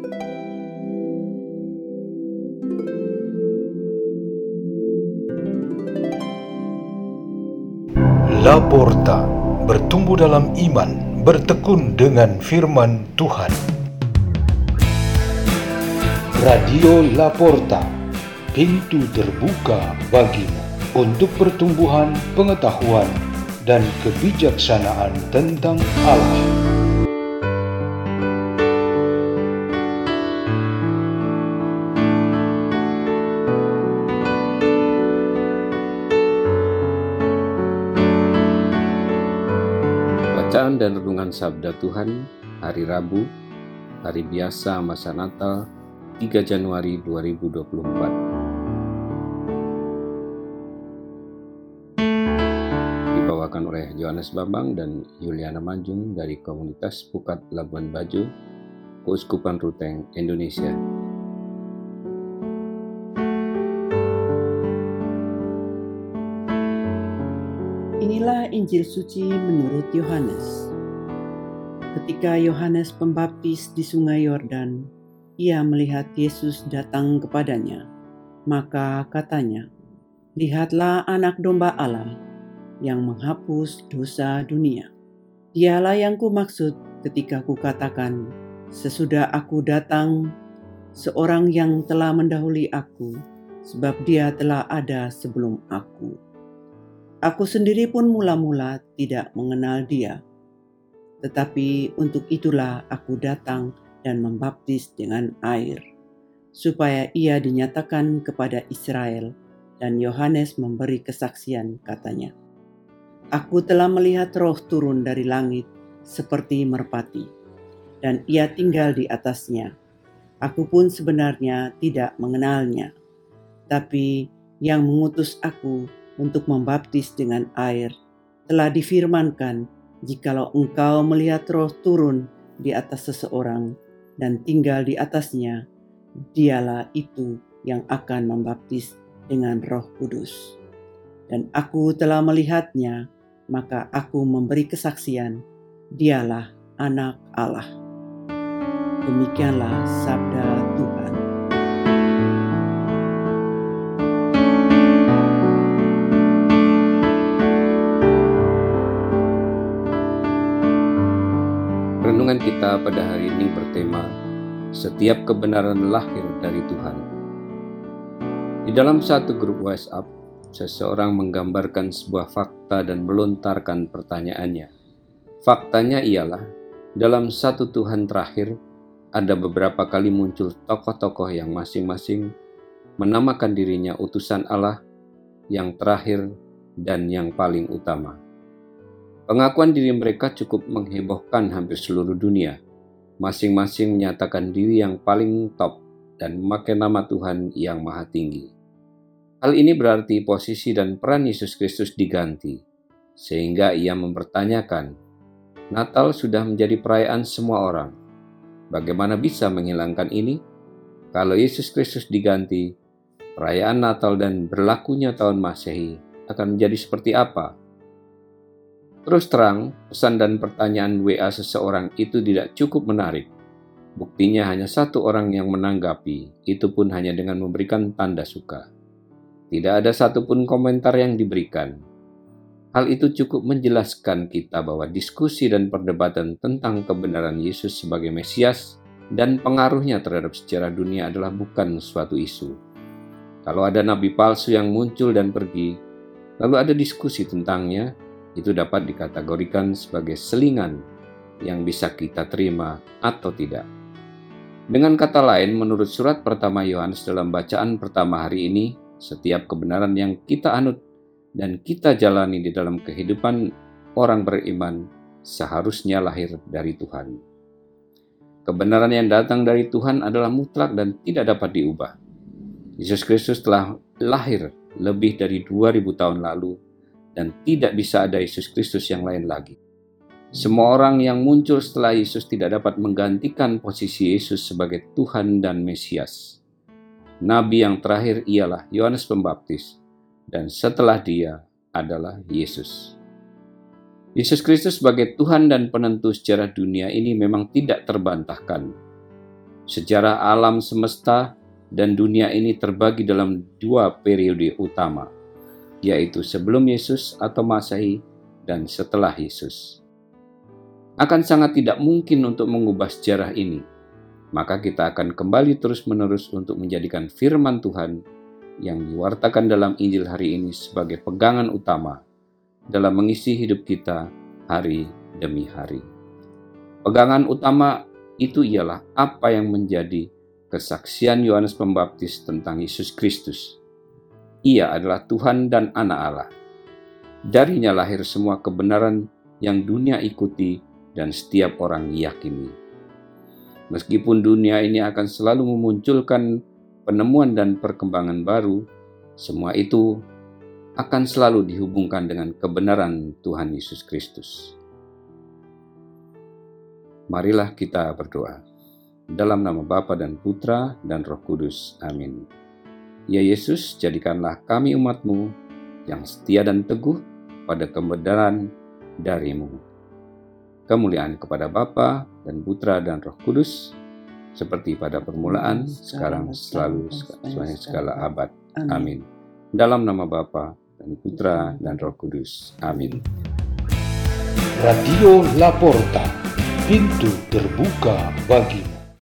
Laporta, bertumbuh dalam iman, bertekun dengan firman Tuhan. Radio Laporta, pintu terbuka bagimu untuk pertumbuhan pengetahuan dan kebijaksanaan tentang Allah. Bacaan dan renungan Sabda Tuhan hari Rabu, hari biasa masa Natal 3 Januari 2024. Dibawakan oleh Yohanes Bambang dan Yuliana Manjung dari Komunitas Pukat Labuan Bajo, Keuskupan Ruteng, Indonesia. Inilah Injil suci menurut Yohanes. Ketika Yohanes Pembaptis di Sungai Yordan, ia melihat Yesus datang kepadanya. Maka katanya, "Lihatlah anak domba Allah yang menghapus dosa dunia. Dialah yang kumaksud ketika kukatakan, sesudah aku datang, seorang yang telah mendahului aku, sebab dia telah ada sebelum aku. Aku sendiri pun mula-mula tidak mengenal dia. Tetapi untuk itulah aku datang dan membaptis dengan air, supaya ia dinyatakan kepada Israel." Dan Yohanes memberi kesaksian, katanya, "Aku telah melihat Roh turun dari langit seperti merpati, dan ia tinggal di atasnya. Aku pun sebenarnya tidak mengenalnya. Tapi yang mengutus aku untuk membaptis dengan air telah difirmankan, jikalau engkau melihat Roh turun di atas seseorang dan tinggal di atasnya, dialah itu yang akan membaptis dengan Roh Kudus. Dan aku telah melihatnya, maka aku memberi kesaksian, dialah Anak Allah." Demikianlah sabda Tuhan. Renungan kita pada hari ini bertema, setiap kebenaran lahir dari Tuhan. Di dalam satu grup WhatsApp, seseorang menggambarkan sebuah fakta dan melontarkan pertanyaannya. Faktanya ialah, dalam satu Tuhan terakhir, ada beberapa kali muncul tokoh-tokoh yang masing-masing menamakan dirinya utusan Allah yang terakhir dan yang paling utama. Pengakuan diri mereka cukup menghebohkan hampir seluruh dunia. Masing-masing menyatakan diri yang paling top dan memakai nama Tuhan yang Maha Tinggi. Hal ini berarti posisi dan peran Yesus Kristus diganti, sehingga ia mempertanyakan, Natal sudah menjadi perayaan semua orang. Bagaimana bisa menghilangkan ini? Kalau Yesus Kristus diganti, perayaan Natal dan berlakunya tahun Masehi akan menjadi seperti apa? Terus terang, pesan dan pertanyaan WA seseorang itu tidak cukup menarik. Buktinya hanya satu orang yang menanggapi, itu pun hanya dengan memberikan tanda suka. Tidak ada satupun komentar yang diberikan. Hal itu cukup menjelaskan kita bahwa diskusi dan perdebatan tentang kebenaran Yesus sebagai Mesias dan pengaruhnya terhadap sejarah dunia adalah bukan suatu isu. Kalau ada nabi palsu yang muncul dan pergi, lalu ada diskusi tentangnya, itu dapat dikategorikan sebagai selingan yang bisa kita terima atau tidak. Dengan kata lain, menurut surat pertama Yohanes dalam bacaan pertama hari ini, setiap kebenaran yang kita anut dan kita jalani di dalam kehidupan orang beriman seharusnya lahir dari Tuhan. Kebenaran yang datang dari Tuhan adalah mutlak dan tidak dapat diubah. Yesus Kristus telah lahir lebih dari 2000 tahun lalu dan tidak bisa ada Yesus Kristus yang lain lagi. Semua orang yang muncul setelah Yesus tidak dapat menggantikan posisi Yesus sebagai Tuhan dan Mesias. Nabi yang terakhir ialah Yohanes Pembaptis, dan setelah dia adalah Yesus. Yesus Kristus sebagai Tuhan dan penentu sejarah dunia ini memang tidak terbantahkan. Sejarah alam semesta dan dunia ini terbagi dalam dua periode utama, yaitu sebelum Yesus atau Masehi dan setelah Yesus. Akan sangat tidak mungkin untuk mengubah sejarah ini, maka kita akan kembali terus-menerus untuk menjadikan firman Tuhan yang diwartakan dalam Injil hari ini sebagai pegangan utama dalam mengisi hidup kita hari demi hari. Pegangan utama itu ialah apa yang menjadi kesaksian Yohanes Pembaptis tentang Yesus Kristus. Ia adalah Tuhan dan Anak Allah. Darinya lahir semua kebenaran yang dunia ikuti dan setiap orang yakini. Meskipun dunia ini akan selalu memunculkan penemuan dan perkembangan baru, semua itu akan selalu dihubungkan dengan kebenaran Tuhan Yesus Kristus. Marilah kita berdoa. Dalam nama Bapa dan Putra dan Roh Kudus. Amin. Ya Yesus, jadikanlah kami umat-Mu yang setia dan teguh pada kebenaran dari-Mu. Kemuliaan kepada Bapa dan Putra dan Roh Kudus, seperti pada permulaan, sekarang, selalu, sepanjang segala abad. Amin. Dalam nama Bapa dan Putra dan Roh Kudus. Amin. Radio La Porta, pintu terbuka bagimu.